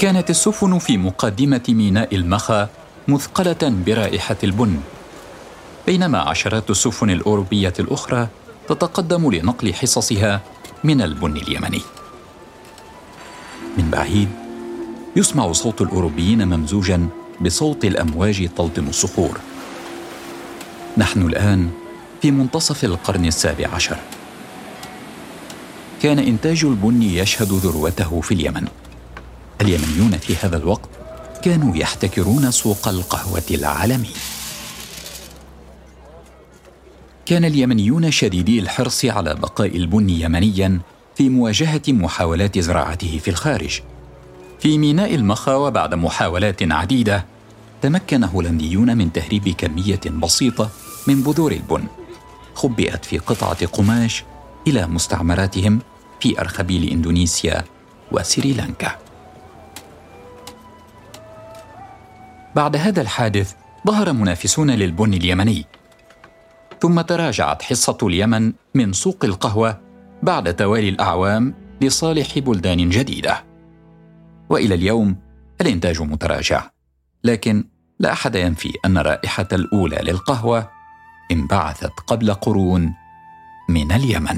كانت السفن في مقدمة ميناء المخا مثقلة برائحة البن، بينما عشرات السفن الأوروبية الأخرى تتقدم لنقل حصصها من البن اليمني. من بعيد يسمع صوت الأوروبيين ممزوجاً بصوت الأمواج تلطم الصخور. نحن الآن في منتصف القرن 17. كان إنتاج البن يشهد ذروته في اليمن. اليمنيون في هذا الوقت كانوا يحتكرون سوق القهوة العالمي. كان اليمنيون شديدي الحرص على بقاء البن يمنياً في مواجهة محاولات زراعته في الخارج. في ميناء المخا وبعد محاولات عديدة تمكن هولنديون من تهريب كمية بسيطة من بذور البن، خبئت في قطعة قماش إلى مستعمراتهم في أرخبيل إندونيسيا وسريلانكا. بعد هذا الحادث ظهر منافسون للبن اليمني، ثم تراجعت حصة اليمن من سوق القهوة بعد توالي الأعوام لصالح بلدان جديدة. وإلى اليوم الإنتاج متراجع، لكن لا أحد ينفي أن الرائحة الأولى للقهوة انبعثت قبل قرون من اليمن.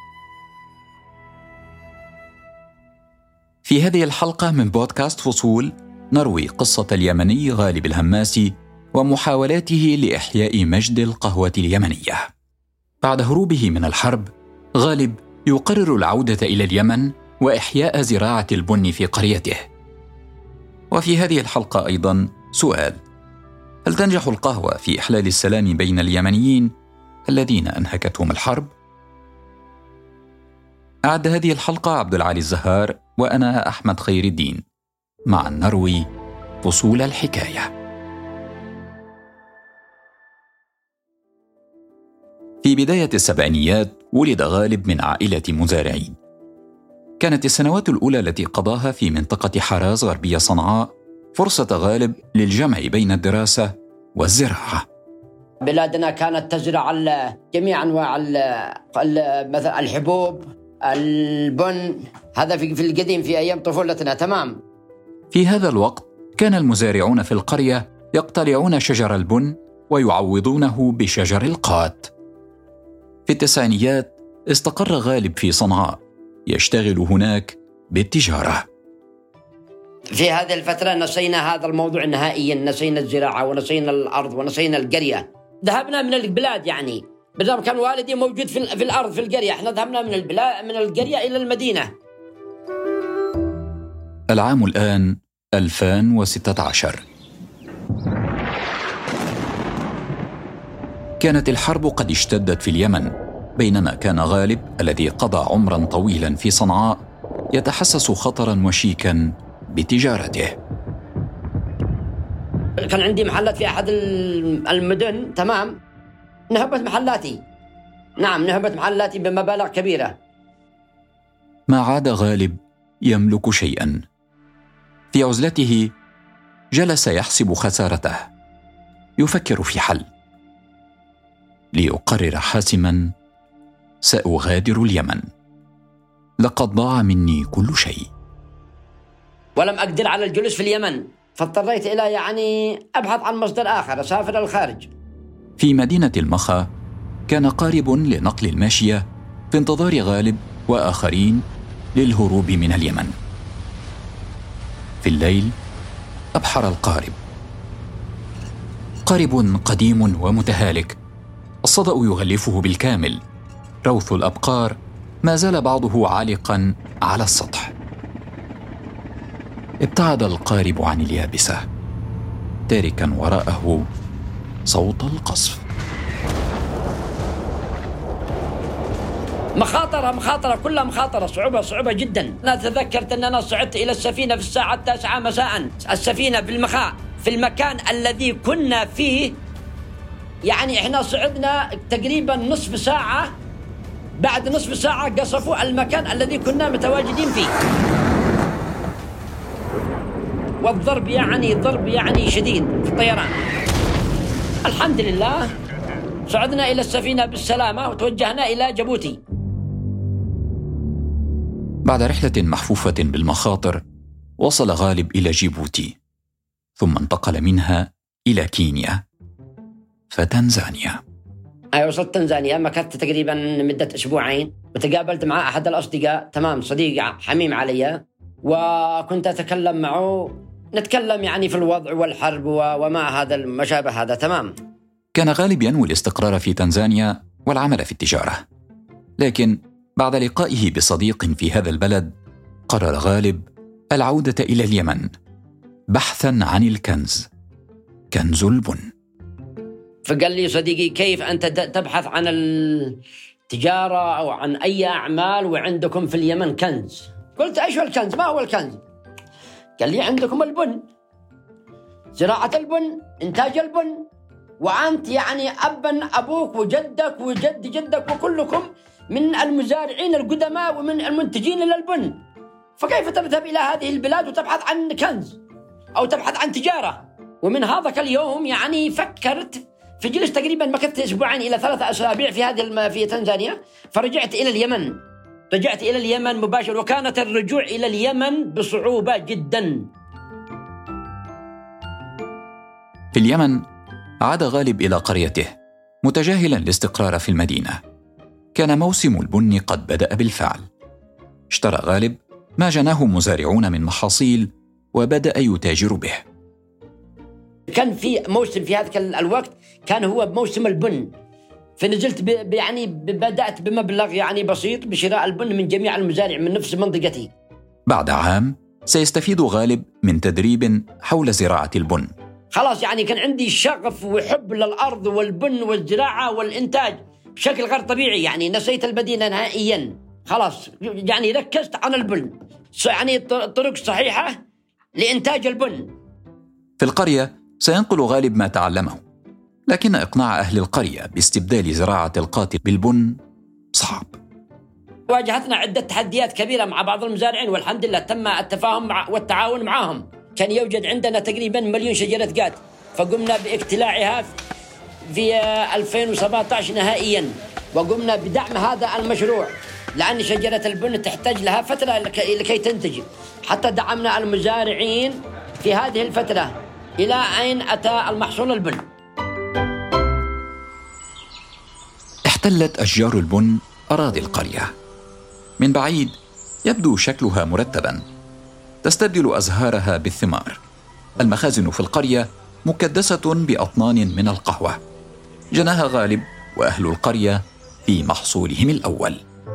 في هذه الحلقة من بودكاست فصول نروي قصة اليمني غالب الهماسي ومحاولاته لإحياء مجد القهوة اليمنية. بعد هروبه من الحرب، غالب يقرر العودة إلى اليمن وإحياء زراعة البن في قريته. وفي هذه الحلقة أيضاً سؤال: هل تنجح القهوة في إحلال السلام بين اليمنيين الذين أنهكتهم الحرب؟ أعد هذه الحلقة عبد العالي الزهار، وأنا أحمد خير الدين، معا نروي فصول الحكاية. في بداية السبعينيات ولد غالب من عائلة مزارعين. كانت السنوات الأولى التي قضاها في منطقة حراز غربية صنعاء فرصة غالب للجمع بين الدراسة والزراعة. بلادنا كانت تزرع جميع أنواع مثلا الحبوب، البن، هذا في القديم في أيام طفولتنا. تمام. في هذا الوقت كان المزارعون في القرية يقتلعون شجر البن ويعوضونه بشجر القات. في التسعينيات استقر غالب في صنعاء يشتغل هناك بالتجارة. في هذه الفترة نسينا هذا الموضوع نهائيا، نسينا الزراعة ونسينا الأرض ونسينا القرية. ذهبنا من البلاد، يعني بدل كان والدي موجود في الأرض في القرية، احنا ذهبنا من القرية إلى المدينة. العام الآن 2016. كانت الحرب قد اشتدت في اليمن، بينما كان غالب الذي قضى عمراً طويلاً في صنعاء يتحسس خطراً وشيكاً بتجارته. كان عندي محلات في أحد المدن. تمام. نهبت محلاتي. نعم، نهبت محلاتي بمبالغ كبيرة. ما عاد غالب يملك شيئاً. في عزلته جلس يحسب خسارته، يفكر في حل. ليقرر حاسماً: سأغادر اليمن، لقد ضاع مني كل شيء. ولم أقدر على الجلوس في اليمن، فاضطريت إلى أبحث عن مصدر آخر، أسافر الخارج. في مدينة المخا كان قارب لنقل الماشية في انتظار غالب وآخرين للهروب من اليمن. في الليل أبحر القارب، قارب قديم ومتهالك، الصدأ يغلفه بالكامل، روث الأبقار ما زال بعضه عالقاً على السطح. ابتعد القارب عن اليابسة، تاركاً وراءه صوت القصف. مخاطرة كلها مخاطرة، صعوبة جدا. أنا تذكرت أن أنا صعدت إلى السفينة في الساعة 9 مساء، السفينة في المخاء، في المكان الذي كنا فيه. إحنا صعدنا تقريبا نصف ساعة، بعد نصف ساعة قصفوا المكان الذي كنا متواجدين فيه، والضرب ضرب شديد في الطيران. الحمد لله صعدنا إلى السفينة بالسلامة وتوجهنا إلى جيبوتي. بعد رحلة محفوفة بالمخاطر وصل غالب إلى جيبوتي، ثم انتقل منها إلى كينيا فتنزانيا. وصلت تنزانيا، مكثت تقريبا مدة أسبوعين، وتقابلت مع أحد الأصدقاء، تمام، صديق حميم علي، وكنت أتكلم معه، نتكلم يعني في الوضع والحرب وما هذا المشابه هذا. تمام. كان غالب ينوي الاستقرار في تنزانيا والعمل في التجارة، لكن بعد لقائه بصديق في هذا البلد قرر غالب العودة إلى اليمن بحثاً عن الكنز، كنز البن. فقال لي صديقي: كيف أنت تبحث عن التجارة أو عن أي أعمال وعندكم في اليمن كنز؟ قلت: إيش هو الكنز؟ ما هو الكنز؟ قال لي: عندكم البن، زراعة البن، إنتاج البن، وأنت يعني أبوك وجدك وجد جدك وكلكم من المزارعين القدماء ومن المنتجين للبن، فكيف تذهب إلى هذه البلاد وتبحث عن كنز أو تبحث عن تجارة؟ ومن هذاك اليوم يعني فكرت، في جلس تقريبا مكثت أسبوعين إلى 3 أسابيع في تنزانيا، فرجعت إلى اليمن. رجعت إلى اليمن مباشر، وكانت الرجوع إلى اليمن بصعوبة جدا. في اليمن عاد غالب إلى قريته متجاهلا الاستقرار في المدينة. كان موسم البن قد بدأ بالفعل. اشترى غالب ما جناه مزارعون من محاصيل وبدأ يتاجر به. كان في موسم في هذا الوقت كان هو موسم البن، فنزلت بدأت بمبلغ يعني بسيط بشراء البن من جميع المزارع من نفس منطقتي. بعد عام سيستفيد غالب من تدريب حول زراعة البن. خلاص يعني كان عندي شغف وحب للأرض والبن والزراعة والإنتاج بشكل غير طبيعي، يعني نسيت المدينة نهائيا. خلاص يعني ركزت على البن، يعني طرق صحيحة لإنتاج البن. في القرية سينقل غالب ما تعلمه، لكن إقناع أهل القرية باستبدال زراعة القاتل بالبن صعب. واجهتنا عدة تحديات كبيرة مع بعض المزارعين، والحمد لله تم التفاهم والتعاون معهم. كان يوجد عندنا تقريبا 1,000,000 شجرة قات، فقمنا باقتلاعها في 2017 نهائيا، وقمنا بدعم هذا المشروع، لأن شجرة البن تحتاج لها فترة لكي تنتج. حتى دعمنا المزارعين في هذه الفترة إلى أين أتى المحصول البن. احتلت أشجار البن أراضي القرية. من بعيد يبدو شكلها مرتباً، تستبدل أزهارها بالثمار. المخازن في القرية مكدسة بأطنان من القهوة. جناها غالب وأهل القرية في محصولهم الأول.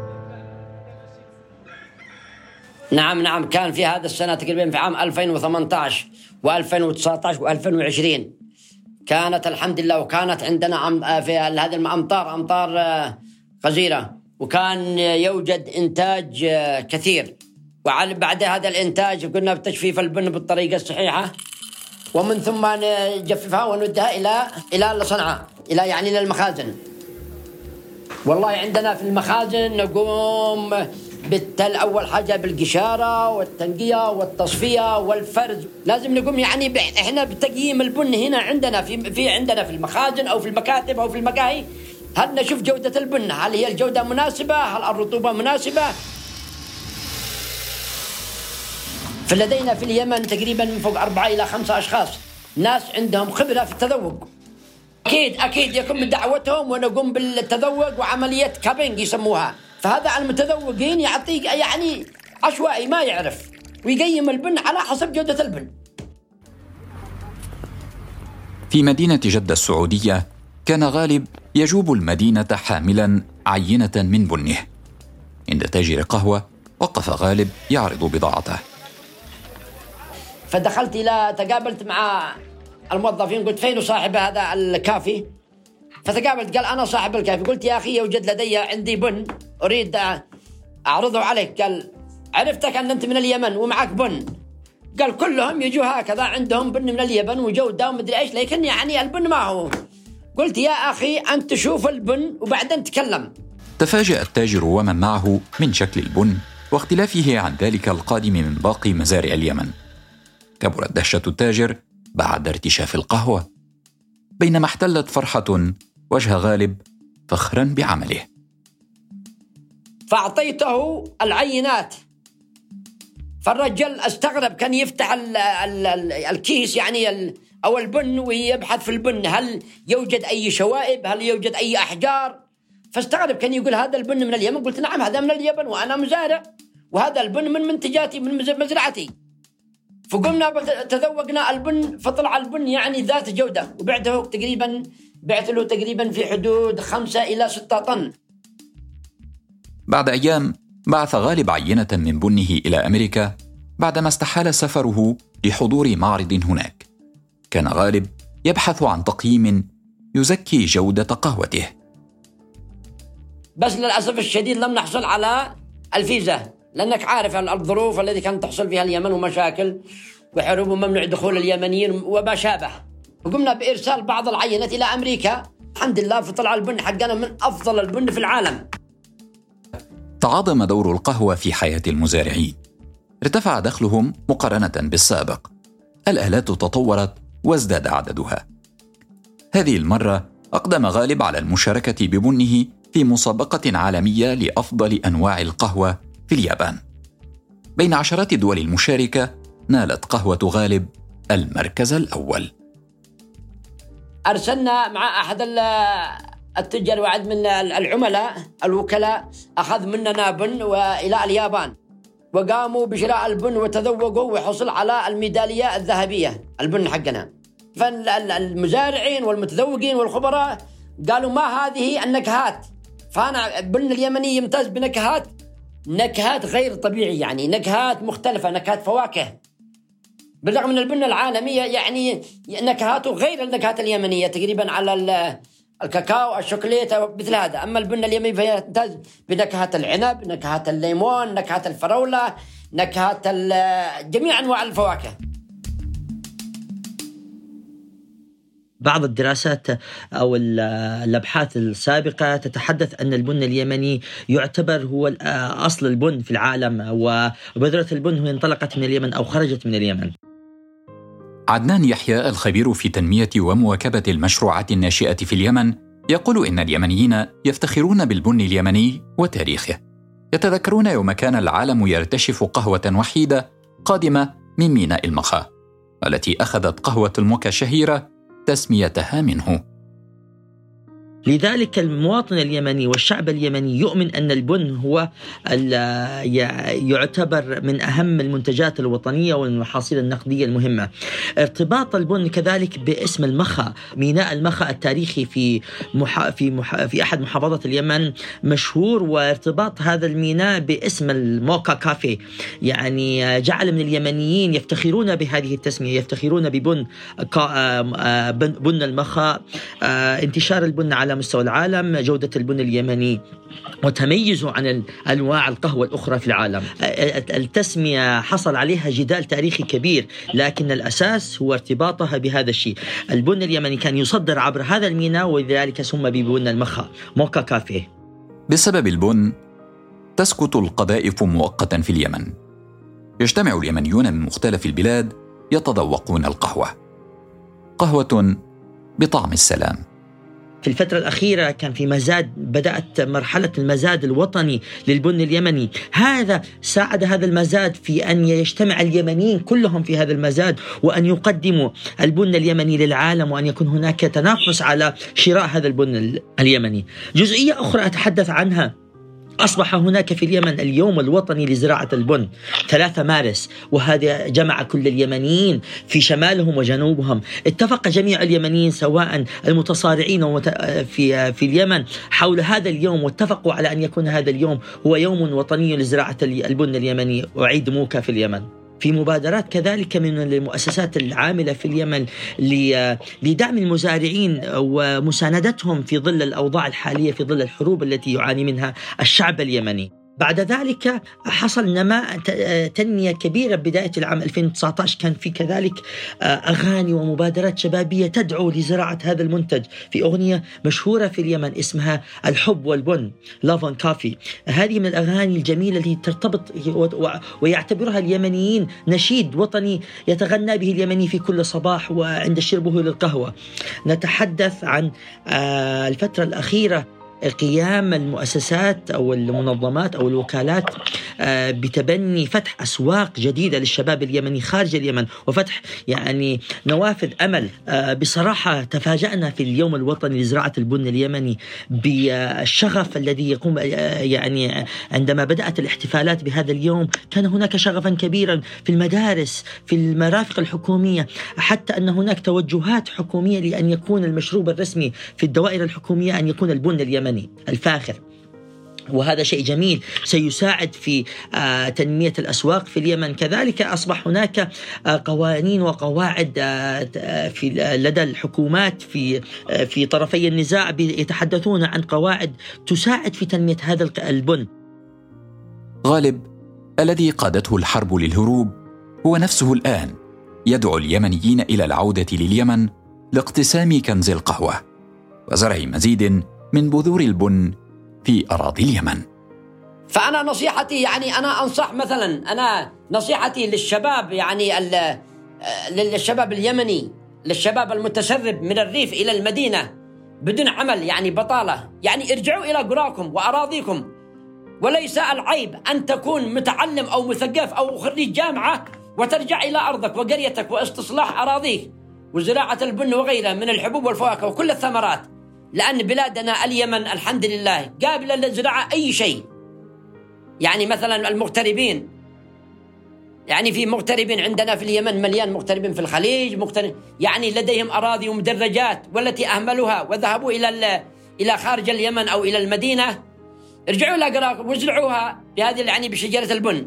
نعم، كان في هذا السنة تقريبا في عام 2018 و2019 و2020 كانت الحمد لله، وكانت عندنا في هذه أمطار غزيرة، وكان يوجد إنتاج كثير. وبعد هذا الإنتاج قلنا بتجفيف البن بالطريقة الصحيحة، ومن ثم نجففها ونودها إلى صنعاء، إلى للمخازن. والله عندنا في المخازن نقوم أول حاجة بالقشارة والتنقية والتصفية والفرز. لازم نقوم إحنا بتقييم البن هنا عندنا في المخازن أو في المكاتب أو في المقاهي. هل نشوف جودة البن، هل هي الجودة مناسبة، هل الرطوبة مناسبة. فلدينا في اليمن تقريبا من فوق 4 إلى 5 أشخاص، ناس عندهم خبرة في التذوق. أكيد يقوم بدعوتهم ونقوم بالتذوق وعملية كابينج يسموها. فهذا المتذوقين يعطيك عشوائي ما يعرف، ويقيم البن على حسب جودة البن. في مدينة جدة السعودية كان غالب يجوب المدينة حاملا عينة من بنه. عند تاجر قهوة وقف غالب يعرض بضاعته. فدخلت تقابلت مع الموظفين، قلت: فين صاحب هذا الكافي؟ فتقابلت، قال: أنا صاحب الكافي. قلت: يا أخي يوجد لدي عندي بن أريد أعرضه عليك. قال: عرفتك أن أنت من اليمن ومعك بن. قال: كلهم يجوا هكذا، عندهم بن من اليمن وجودة ومدري إيش، لكن البن ما هو. قلت: يا أخي أنت شوف البن وبعدين تكلم. تفاجأ التاجر ومن معه من شكل البن واختلافه عن ذلك القادم من باقي مزارع اليمن. كبرت دهشة التاجر بعد ارتشاف القهوة، بينما احتلت فرحة وجه غالب فخرا بعمله. فأعطيته العينات فالرجل استغرب، كان يفتح الكيس يعني أو البن ويبحث في البن هل يوجد أي شوائب، هل يوجد أي أحجار. فاستغرب، كان يقول هذا البن من اليمن. قلت نعم هذا من اليمن وأنا مزارع، وهذا البن من منتجاتي من مزرعتي. فقمنا تذوقنا البن، فطلع البن يعني ذات جودة، بعت له تقريبا في حدود 5 إلى 6 طن. بعد أيام بعث غالب عينة من بنه إلى أمريكا بعدما استحال سفره لحضور معرض هناك. كان غالب يبحث عن تقييم يزكي جودة قهوته، بس للأسف الشديد لم نحصل على الفيزا، لأنك عارف الظروف التي كانت تحصل فيها اليمن ومشاكل وحروب وممنوع دخول اليمنيين وما شابه. وقمنا بإرسال بعض العينات إلى أمريكا، الحمد لله فطلع البن حقنا من أفضل البن في العالم. تعاظم دور القهوة في حياة المزارعين، ارتفع دخلهم مقارنة بالسابق، الآلات تطورت وازداد عددها. هذه المرة أقدم غالب على المشاركة ببنه في مسابقة عالمية لأفضل أنواع القهوة في اليابان. بين عشرات الدول المشاركة نالت قهوة غالب المركز الأول. أرسلنا مع أحد التجار وعد من العملاء الوكلاء، أخذ مننا بن وإلى اليابان، وقاموا بشراء البن وتذوقوا وحصل على الميدالية الذهبية البن حقنا. فالمزارعين والمتذوقين والخبراء قالوا ما هذه النكهات. فأنا البن اليمني يمتاز نكهات غير طبيعية، يعني نكهات مختلفة، نكهات فواكه، بالرغم من البن العالمية يعني نكهاته غير النكهات اليمنية تقريبا على الكاكاو الشوكولاتة مثل هذا. أما البن اليمني فيمتاز بنكهات العنب، نكهات الليمون، نكهات الفراولة، نكهات جميع أنواع الفواكه. بعض الدراسات أو الأبحاث السابقة تتحدث أن البن اليمني يعتبر هو أصل البن في العالم، وبذرة البن هي انطلقت من اليمن أو خرجت من اليمن. عدنان يحيى الخبير في تنمية ومواكبة المشروعات الناشئة في اليمن يقول إن اليمنيين يفتخرون بالبن اليمني وتاريخه. يتذكرون يوم كان العالم يرتشف قهوة وحيدة قادمة من ميناء المخا، التي أخذت قهوة الموكا الشهيرة تسميتها منه. لذلك المواطن اليمني والشعب اليمني يؤمن أن البن هو يعتبر من أهم المنتجات الوطنية والمحاصيل النقدية المهمة. ارتباط البن كذلك باسم المخا، ميناء المخا التاريخي في أحد محافظات اليمن مشهور، وارتباط هذا الميناء باسم الموكا كافي يعني جعل من اليمنيين يفتخرون بهذه التسمية، يفتخرون ببن المخا. انتشار البن على مستوى العالم، جودة البن اليمني وتميزه عن أنواع القهوة الأخرى في العالم. التسمية حصل عليها جدال تاريخي كبير، لكن الأساس هو ارتباطها بهذا الشيء. البن اليمني كان يصدر عبر هذا الميناء، ولذلك سمى ببن المخا موكا كافيه. بسبب البن تسكت القذائف مؤقتا في اليمن. يجتمع اليمنيون من مختلف البلاد يتذوقون القهوة، قهوة بطعم السلام. في الفترة الأخيرة كان في مزاد، بدأت مرحلة المزاد الوطني للبن اليمني. هذا ساعد هذا المزاد في أن يجتمع اليمنيين كلهم في هذا المزاد، وأن يقدموا البن اليمني للعالم، وأن يكون هناك تنافس على شراء هذا البن اليمني. جزئية أخرى أتحدث عنها، أصبح هناك في اليمن اليوم الوطني لزراعة البن 3 مارس، وهذا جمع كل اليمنيين في شمالهم وجنوبهم. اتفق جميع اليمنيين سواء المتصارعين في اليمن حول هذا اليوم، واتفقوا على أن يكون هذا اليوم هو يوم وطني لزراعة البن اليمني وعيد موكا في اليمن. في مبادرات كذلك من المؤسسات العاملة في اليمن لدعم المزارعين ومساندتهم في ظل الأوضاع الحالية، في ظل الحروب التي يعاني منها الشعب اليمني. بعد ذلك حصل نماء تنمية كبيرة. بداية العام 2019 كان في كذلك أغاني ومبادرات شبابية تدعو لزراعة هذا المنتج. في أغنية مشهورة في اليمن اسمها الحب والبن Love and Coffee. هذه من الأغاني الجميلة التي ترتبط ويعتبرها اليمنيين نشيد وطني يتغنى به اليمني في كل صباح وعند شربه للقهوة. نتحدث عن الفترة الأخيرة قيام المؤسسات أو المنظمات أو الوكالات بتبني فتح أسواق جديدة للشباب اليمني خارج اليمن، وفتح يعني نوافذ أمل. بصراحة تفاجأنا في اليوم الوطني لزراعة البن اليمني بالشغف الذي يقوم يعني عندما بدأت الاحتفالات بهذا اليوم كان هناك شغفا كبيرا في المدارس، في المرافق الحكومية، حتى أن هناك توجهات حكومية لأن يكون المشروب الرسمي في الدوائر الحكومية أن يكون البن اليمني الفاخر. وهذا شيء جميل سيساعد في تنمية الأسواق في اليمن. كذلك أصبح هناك قوانين وقواعد لدى الحكومات في طرفي النزاع يتحدثون عن قواعد تساعد في تنمية هذا البن. غالب الذي قادته الحرب للهروب هو نفسه الآن يدعو اليمنيين إلى العودة لليمن لاقتسام كنز القهوة وزرع مزيد من بذور البن في أراضي اليمن. فأنا نصيحتي يعني أنا أنصح مثلا، أنا نصيحتي للشباب يعني للشباب اليمني، للشباب المتسرب من الريف إلى المدينة بدون عمل يعني بطالة، يعني ارجعوا إلى قراكم وأراضيكم. وليس العيب أن تكون متعلم أو مثقف أو خريج جامعة وترجع إلى أرضك وقريتك واستصلاح أراضيك وزراعة البن وغيرها من الحبوب والفواكه وكل الثمرات، لأن بلادنا اليمن الحمد لله قابلة للزراعة أي شيء. يعني مثلا المغتربين، يعني في مغتربين عندنا في اليمن مليان مغتربين في الخليج، يعني لديهم أراضي ومدرجات، والتي أهملوها وذهبوا إلى خارج اليمن أو إلى المدينة، ارجعوا إلى قراكم وازرعوها بهذه يعني بشجرة البن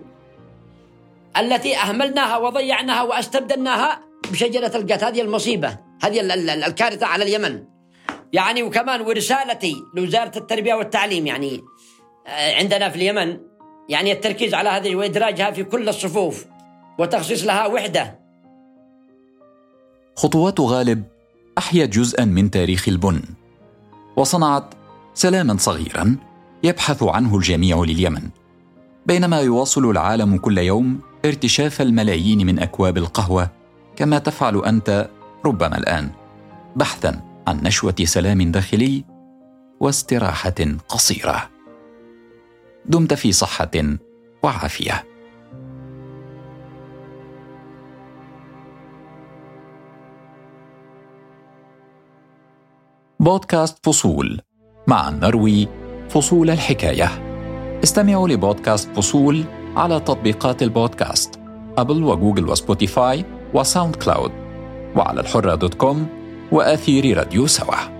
التي أهملناها وضيعناها واستبدلناها بشجرة القات. هذه المصيبة، هذه الكارثة على اليمن يعني. وكمان ورسالتي لوزارة التربية والتعليم يعني عندنا في اليمن، يعني التركيز على هذه وإدراجها في كل الصفوف وتخصيص لها وحدة. خطوات غالب أحيت جزءا من تاريخ البن وصنعت سلاما صغيرا يبحث عنه الجميع لليمن، بينما يواصل العالم كل يوم ارتشاف الملايين من أكواب القهوة كما تفعل أنت ربما الآن، بحثا عن نشوة سلام داخلي واستراحة قصيرة. دمت في صحة وعافية. بودكاست فصول مع نروي فصول الحكاية. استمعوا لبودكاست فصول على تطبيقات البودكاست أبل وجوجل وسبوتيفاي وساوند كلاود، وعلى الحرة.com وآثير راديو سوا.